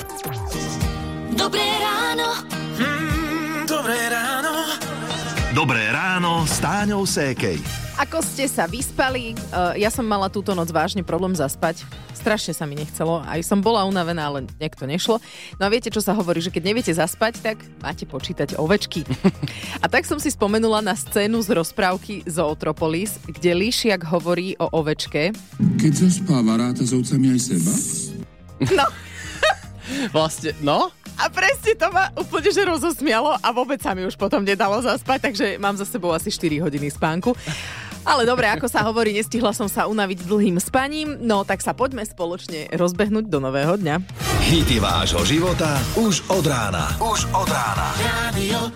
Dobré ráno. Dobré ráno. Dobré ráno s Táňou Sékej. Ako ste sa vyspali? Ja som mala túto noc vážne problém zaspať. Strašne sa mi nechcelo. Aj som bola unavená, ale nejak to nešlo. No a viete, čo sa hovorí, že keď neviete zaspať, tak máte počítať ovečky. A tak som si spomenula na scénu z rozprávky Zootropolis, kde Líšiak hovorí o ovečke. Keď zaspáva, ráta s ovcami aj seba? No. Vlastne, no? A presne to ma úplne že rozosmialo a vôbec sa mi už potom nedalo zaspať, takže mám za sebou asi 4 hodiny spánku. Ale dobre, ako sa hovorí, nestihla som sa unaviť dlhým spaním, no tak sa poďme spoločne rozbehnúť do nového dňa. Hity vášho života už od rána. Už od rána. Radio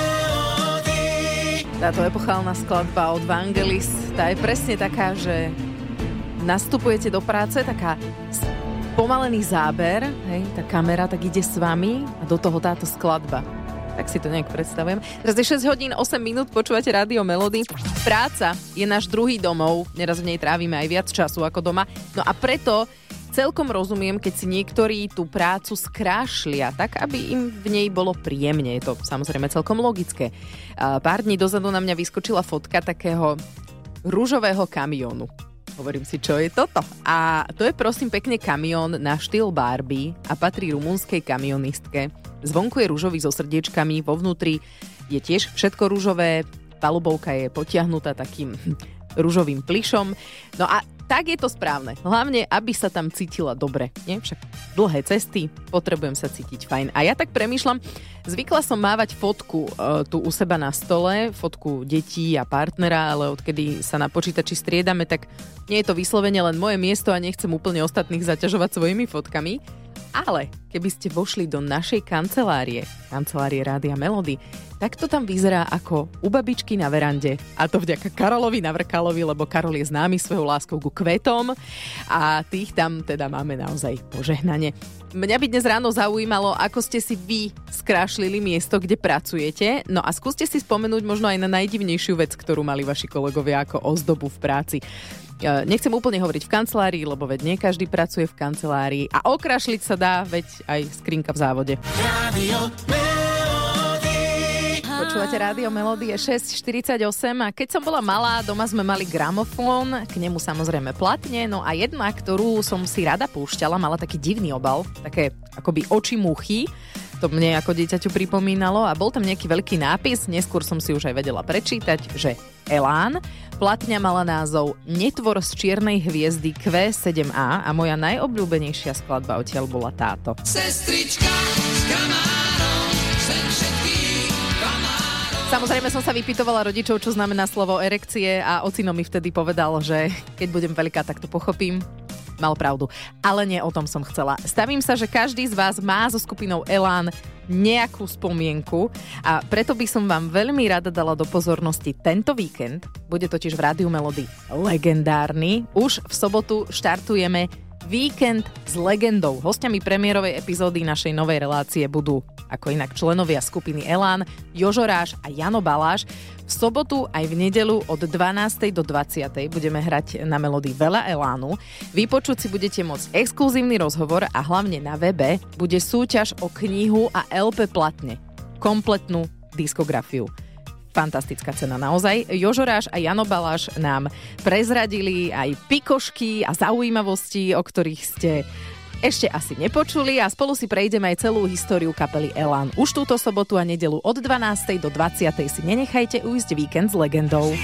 Melody. Táto epochálna skladba od Vangelis, tá je presne taká, že nastupujete do práce, taká pomalený záber, hej, tá kamera tak ide s vami a do toho táto skladba. Tak si to nejak predstavujem. Teraz je 6 hodín 8 minút, počúvate Rádio Melody. Práca je náš druhý domov, neraz v nej trávime aj viac času ako doma. No a preto celkom rozumiem, keď si niektorí tú prácu skrášlia, tak aby im v nej bolo príjemne. Je to samozrejme celkom logické. Pár dní dozadu na mňa vyskočila fotka takého ružového kamiónu. Hovorím si, čo je toto? A to je prosím pekne kamión na štýl Barbie a patrí rumunskej kamionistke. Zvonku je ružový so srdiečkami, vo vnútri je tiež všetko ružové, palubovka je potiahnutá takým ružovým plyšom. No a tak je to správne. Hlavne, aby sa tam cítila dobre. Nie? Však dlhé cesty, potrebujem sa cítiť fajn. A ja tak premýšľam, zvykla som mávať fotku tu u seba na stole, fotku detí a partnera, ale odkedy sa na počítači striedame, tak nie je to vyslovene len moje miesto a nechcem úplne ostatných zaťažovať svojimi fotkami. Ale keby ste vošli do našej kancelárie Rádia Melody, tak to tam vyzerá ako u babičky na verande. A to vďaka Karolovi Navrkalovi, lebo Karol je známy svojou láskou ku kvetom a tých tam teda máme naozaj požehnanie. Mňa by dnes ráno zaujímalo, ako ste si vy skrášlili miesto, kde pracujete. No a skúste si spomenúť možno aj na najdivnejšiu vec, ktorú mali vaši kolegovia ako ozdobu v práci. Nechcem úplne hovoriť v kancelárii, lebo veď nie každý pracuje v kancelárii a okrašliť sa dá, veď aj skrinka v závode. Radio Melody. Počúvate Rádio Melody, je 6:48 a keď som bola malá, doma sme mali gramofón, k nemu samozrejme platne, no a jedna, ktorú som si rada púšťala, mala taký divný obal, také akoby oči muchy. To mne ako dieťaťu pripomínalo a bol tam nejaký veľký nápis, neskôr som si už aj vedela prečítať, že Elán. Platňa mala názov Netvor z čiernej hviezdy Q7A a moja najobľúbenejšia skladba odtiaľ bola táto. Sestrička s kamárom, sem všetkých kamárov. Samozrejme som sa vypytovala rodičov, čo znamená slovo erekcie a ocino mi vtedy povedal, že keď budem veľká, tak to pochopím. Mal pravdu. Ale nie o tom som chcela. Stavím sa, že každý z vás má so skupinou Elán nejakú spomienku a preto by som vám veľmi rada dala do pozornosti tento víkend. Bude totiž v Rádiu Melody legendárny. Už v sobotu štartujeme Víkend s legendou. Hostiami premiérovej epizódy našej novej relácie budú ako inak členovia skupiny Elán, Jožo Ráš a Jano Baláš. V sobotu aj v nedeľu od 12. do 20. budeme hrať na Melody veľa Elánu. Vypočuť si budete môcť exkluzívny rozhovor a hlavne na webe bude súťaž o knihu a LP platne. Kompletnú diskografiu. Fantastická cena naozaj. Jožo Ráš a Jano Baláš nám prezradili aj pikošky a zaujímavosti, o ktorých ste ešte asi nepočuli a spolu si prejdeme aj celú históriu kapely Elán. Už túto sobotu a nedeľu od 12. do 20. si nenechajte ujsť víkend s legendou.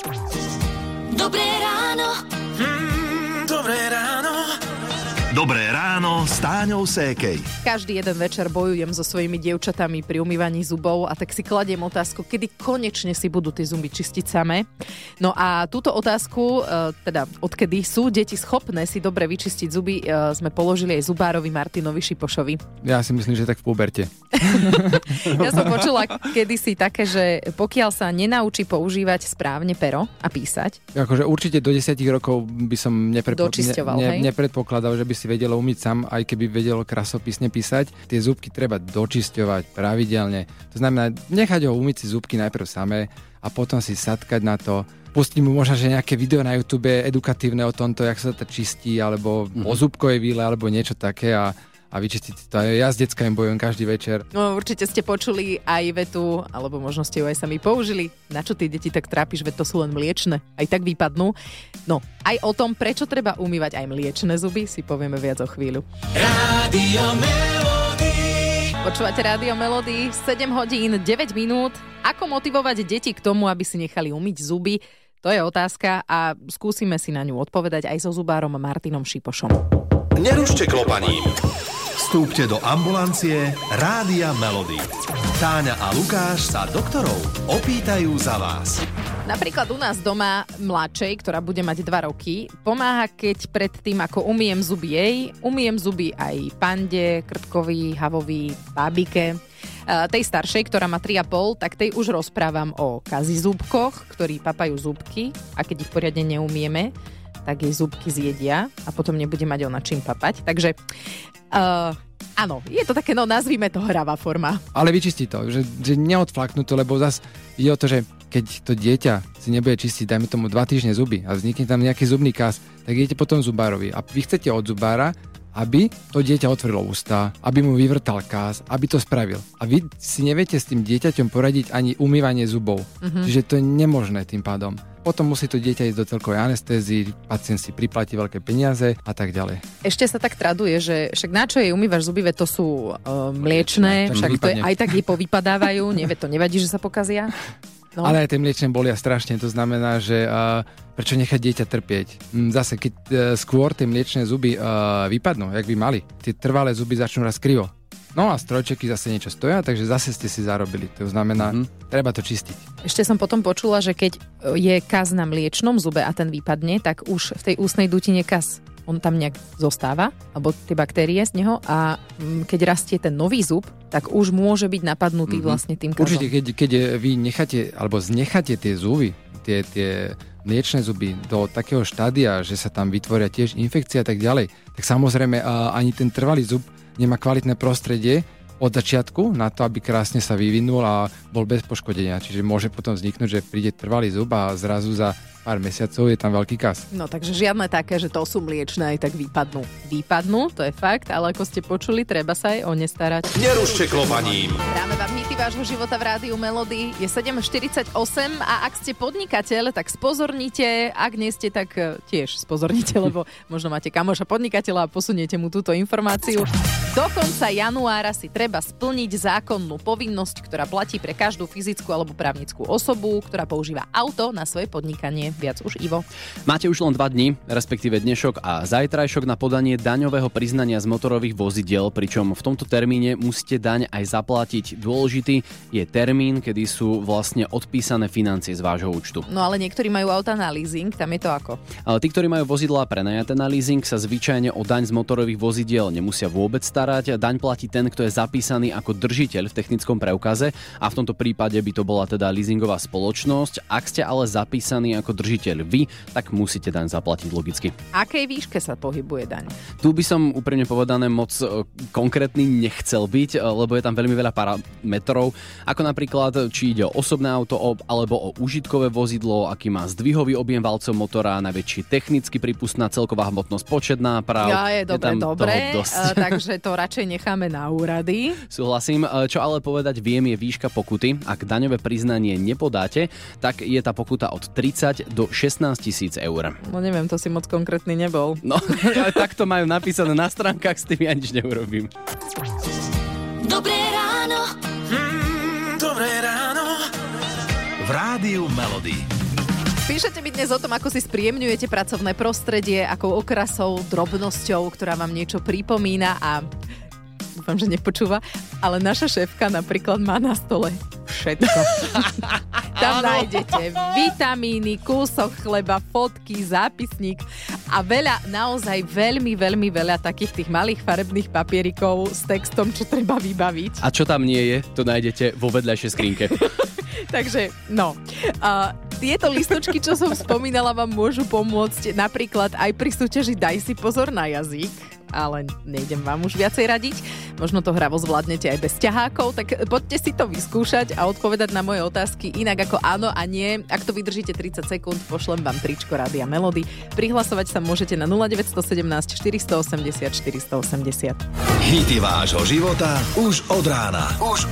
Dobré ráno. Dobré ráno. Dobré ráno s Táňou Sékej. Každý jeden večer bojujem so svojimi dievčatami pri umývaní zubov a tak si kladiem otázku, kedy konečne si budú tie zuby čistiť samé. No a túto otázku, teda odkedy sú deti schopné si dobre vyčistiť zuby, sme položili aj zubárovi Martinovi Šipošovi. Ja si myslím, že tak v púberte. Ja som počula kedysi také, že pokiaľ sa nenaučí používať správne pero a písať. Akože určite do 10 rokov by som nepredpokladal, že by si vedelo umyť sám, aj keby vedelo krasopisne písať. Tie zubky treba dočisťovať pravidelne. To znamená, nechať ho umyť si zubky najprv samé a potom si satkať na to. Pustiť mu možno, že nejaké video na YouTube edukatívne o tomto, jak sa to čistí, alebo o zubkovej výle, alebo niečo také a a vyčistiť to. Ja s deckami bojujem každý večer. No, určite ste počuli aj vetu, alebo možno ste ju aj sami použili. Na čo tie deti tak trápiš, veď to sú len mliečne. Aj tak vypadnú. No, aj o tom, prečo treba umývať aj mliečne zuby, si povieme viac o chvíľu. Rádio Melody. Počúvate Rádio Melody, 7 hodín, 9 minút. Ako motivovať deti k tomu, aby si nechali umyť zuby? To je otázka a skúsime si na ňu odpovedať aj so zubárom Martinom Šipošom. Nerušte klopaním. Vstúpte do ambulancie Rádia Melody. Táňa a Lukáš sa doktorov opýtajú za vás. Napríklad u nás doma mladšej, ktorá bude mať 2 roky, pomáha, keď pred tým, ako umyjem zuby jej, umyjem zuby aj pande, krtkovi, havovi, bábike. Tej staršej, ktorá má 3,5, tak tej už rozprávam o kazizúbkoch, ktorí papajú zúbky a keď ich poriadne neumieme, tak jej zúbky zjedia a potom nebude mať ona čím papať. Takže áno, je to také, no nazvime to hravá forma. Ale vyčistí to, že neodflaknú to, lebo zase ide o to, že keď to dieťa si nebude čistiť, dajme tomu 2 týždne zuby a vznikne tam nejaký zubný kas, tak idete potom zubárovi a vy chcete od zubára, aby to dieťa otvorilo ústa, aby mu vyvrtal kás, aby to spravil. A vy si neviete s tým dieťaťom poradiť ani umývanie zubov. Čiže to je nemožné tým pádom. Potom musí to dieťa ísť do celkovej anestézii, pacient si priplatí veľké peniaze a tak ďalej. Ešte sa tak traduje, že však na čo jej umývaš zuby, veď to sú mliečne, však to je, aj tak jej povypadávajú, to nevadí, že sa pokazia. No. Ale aj tie mliečne bolia strašne, to znamená, že prečo nechať dieťa trpieť? Zase, keď skôr tie mliečne zuby vypadnú, jak by mali, tie trvalé zuby začnú raz krivo. No a strojčeky zase niečo stoja, takže zase ste si zarobili. To znamená, treba to čistiť. Ešte som potom počula, že keď je kas na mliečnom zube a ten vypadne, tak už v tej ústnej dutine kas on tam nejak zostáva, alebo tie baktérie z neho a keď rastie ten nový zub, tak už môže byť napadnutý vlastne tým kazom. Určite, keď vy necháte, alebo znecháte tie zuby, tie mliečne zuby do takého štádia, že sa tam vytvoria tiež infekcie a tak ďalej, tak samozrejme ani ten trvalý zub nemá kvalitné prostredie od začiatku na to, aby krásne sa vyvinul a bol bez poškodenia. Čiže môže potom vzniknúť, že príde trvalý zub a zrazu za pár mesiacov je tam veľký kas. No takže žiadne také, že to sú mliečne, aj tak vypadnú. Vypadnú, to je fakt, ale ako ste počuli, treba sa aj o ne starať. Nerušte klopaním. Dáme vám hity vášho života v Rádiu Melody. Je 7:48 a ak ste podnikateľ, tak spozornite, ak nie ste, tak tiež spozornite, lebo možno máte kamoša podnikateľa a posuniete mu túto informáciu. Do konca januára si treba splniť zákonnú povinnosť, ktorá platí pre každú fyzickú alebo právnickú osobu, ktorá používa auto na svoje podnikanie. Viac už Ivo. Máte už len 2 dni, respektíve dnešok a zajtrajšok na podanie daňového priznania z motorových vozidiel, pričom v tomto termíne musíte daň aj zaplatiť. Dôležitý je termín, kedy sú vlastne odpísané financie z vášho účtu. No ale niektorí majú auta na leasing, tam je to ako? Ale tí, ktorí majú vozidlá prenajaté na leasing, sa zvyčajne o daň z motorových vozidiel nemusia vôbec starať. Daň platí ten, kto je zapísaný ako držiteľ v technickom preukaze a v tomto prípade by to bola teda leasingová spoločnosť. Ak ste ale zapísaní ako držiteľ vy, tak musíte daň zaplatiť logicky. Akej výške sa pohybuje daň? Tu by som úprimne povedané moc konkrétny nechcel byť, lebo je tam veľmi veľa parametrov, ako napríklad, či ide o osobné auto alebo o užitkové vozidlo, aký má zdvihový objem valcov motora, najväčší technicky prípustná celková hmotnosť, počet náprav. Je dobre, takže to radšej necháme na úrady. Súhlasím, čo ale povedať viem je výška pokuty. Ak daňové priznanie nepodáte, tak je tá pokuta od 30 do 16 000 eur. No neviem, to si moc konkrétny nebol. No, ale tak to majú napísané na stránkach, s tým ja nič neurobím. Dobré ráno. Dobré ráno. V Rádiu Melody. Píšete mi dnes o tom, ako si spríjemňujete pracovné prostredie, akou okrasou, drobnosťou, ktorá vám niečo pripomína a dúfam, že nepočúva, ale naša šéfka napríklad má na stole všetko. Tam nájdete vitamíny, kúsok chleba, fotky, zápisník a veľa, naozaj veľmi, veľmi veľa takých tých malých farebných papierikov s textom, čo treba vybaviť. A čo tam nie je, to nájdete vo vedľajšej skrinke. Takže, no. Tieto listočky, čo som spomínala, vám môžu pomôcť napríklad aj pri súťaži Daj si pozor na jazyk. ale nejdem vám už viacej radiť. Možno to hravo zvládnete aj bez ťahákov, tak poďte si to vyskúšať a odpovedať na moje otázky inak ako áno a nie. Ak to vydržíte 30 sekúnd, pošlem vám tričko Rádia Melody. Prihlasovať sa môžete na 0917 480 480. Hity vášho života už od rána.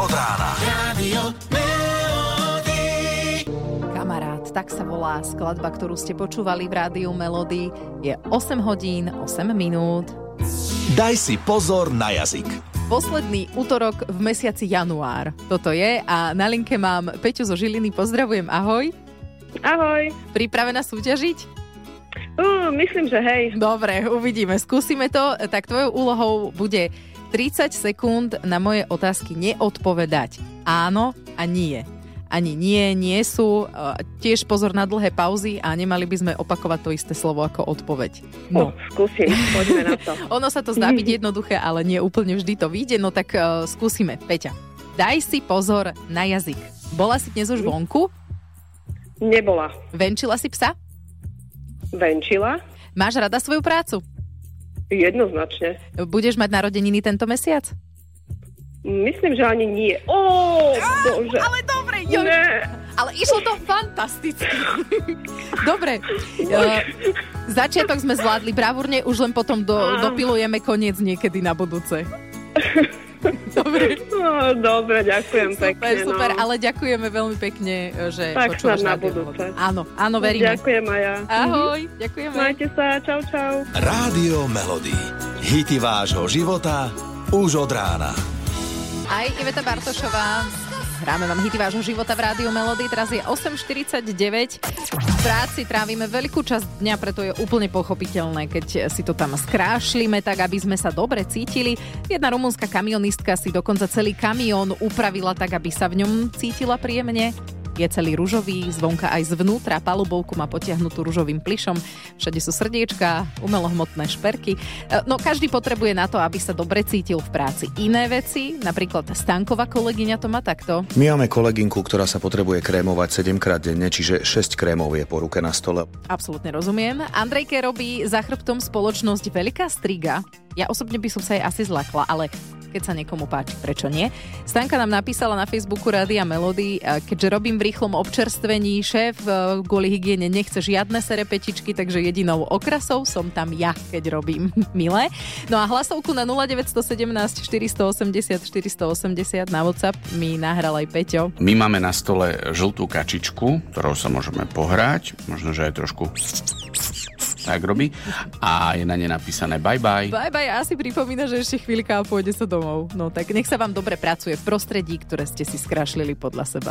Rádio Melody. Kamarát, tak sa volá skladba, ktorú ste počúvali v Rádiu Melody. Je 8 hodín, 8 minút. Daj si pozor na jazyk. Posledný útorok v mesiaci január. Toto je a na linke mám Peťu zo Žiliny. Pozdravujem, ahoj. Ahoj. Pripravená súťažiť? Myslím, že hej. Dobre, uvidíme, skúsime to. Tak tvojou úlohou bude 30 sekúnd na moje otázky neodpovedať. Áno a nie. Ani nie sú. Tiež pozor na dlhé pauzy a nemali by sme opakovať to isté slovo ako odpoveď. No. Skúsim, poďme na to. Ono sa to zdá byť jednoduché, ale nie úplne vždy to vyjde, no tak skúsime. Peťa, daj si pozor na jazyk. Bola si dnes už vonku? Nebola. Venčila si psa? Venčila. Máš rada svoju prácu? Jednoznačne. Budeš mať narodeniny tento mesiac? Myslím, že ani nie. Bože. Ale dobre, ale išlo to fantasticky. Dobre. Začiatok sme zvládli bravúrne, už len potom dopilujeme koniec niekedy na budúce. Dobre. Dobre, ďakujem pekne. Super, ale ďakujeme veľmi pekne, že tak počúvaš na Rádio budúce. Melody. Áno, veríme. Ďakujem aj ja. Ahoj, ďakujeme. Majte sa, čau. Rádio Melody. Hity vášho života už od rána. Aj Iveta Bartošová. Hráme vám hity vášho života v Rádiu Melody. Teraz je 8:49. V práci trávime veľkú časť dňa, preto je úplne pochopiteľné, keď si to tam skrášlime, tak aby sme sa dobre cítili. Jedna rumunská kamionistka si dokonca celý kamión upravila tak, aby sa v ňom cítila príjemne. Je celý ružový, zvonka aj zvnútra, palubovku má potiahnutú ružovým plyšom, všade sú srdiečka, umelohmotné šperky. No každý potrebuje na to, aby sa dobre cítil v práci. Iné veci, napríklad Stanková kolegyňa to má takto. My máme kolegynku, ktorá sa potrebuje krémovať 7-krát denne, čiže 6 krémov je po ruke na stole. Absolútne rozumiem. Andrejke robí za chrbtom spoločnosť Veľká striga. Ja osobne by som sa jej asi zlakla, ale keď sa niekomu páči, prečo nie? Stanka nám napísala na Facebooku Rádia Melody, keďže robím v rýchlom občerstvení, šéf kvôli hygiene nechce žiadne serepetičky, takže jedinou okrasou som tam ja, keď robím. Milé. No a hlasovku na 0917 480 480 na WhatsApp mi nahral aj Peťo. My máme na stole žltú kačičku, ktorou sa môžeme pohrať, možno, že aj trošku tak robí a je na ne napísané bye bye. Bye bye, asi pripomína, že ešte chvíľka a pôjde sa domov. No tak nech sa vám dobre pracuje v prostredí, ktoré ste si skrášlili podľa seba.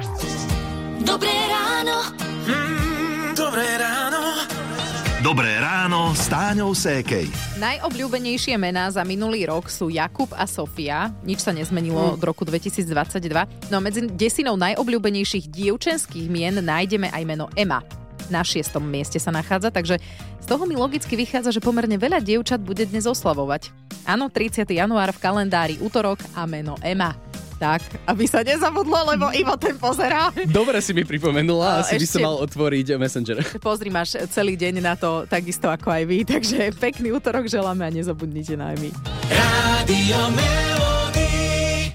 Dobré ráno. Dobré ráno. Dobré ráno s Táňou Sékej. Najobľúbenejšie mená za minulý rok sú Jakub a Sofia. Nič sa nezmenilo od roku 2022. No a medzi 10 najobľúbenejších dievčenských mien nájdeme aj meno Ema. Na 6. mieste sa nachádza, takže z toho mi logicky vychádza, že pomerne veľa dievčat bude dnes oslavovať. Áno, 30. január v kalendári útorok a meno Ema. Tak, aby sa nezabudlo, lebo Ivo ten pozerá. Dobre si mi pripomenula, asi by som mal otvoriť Messenger. Pozri, máš celý deň na to, takisto ako aj vy, takže pekný útorok želáme a nezabudnite na aj my. Rádio Melody.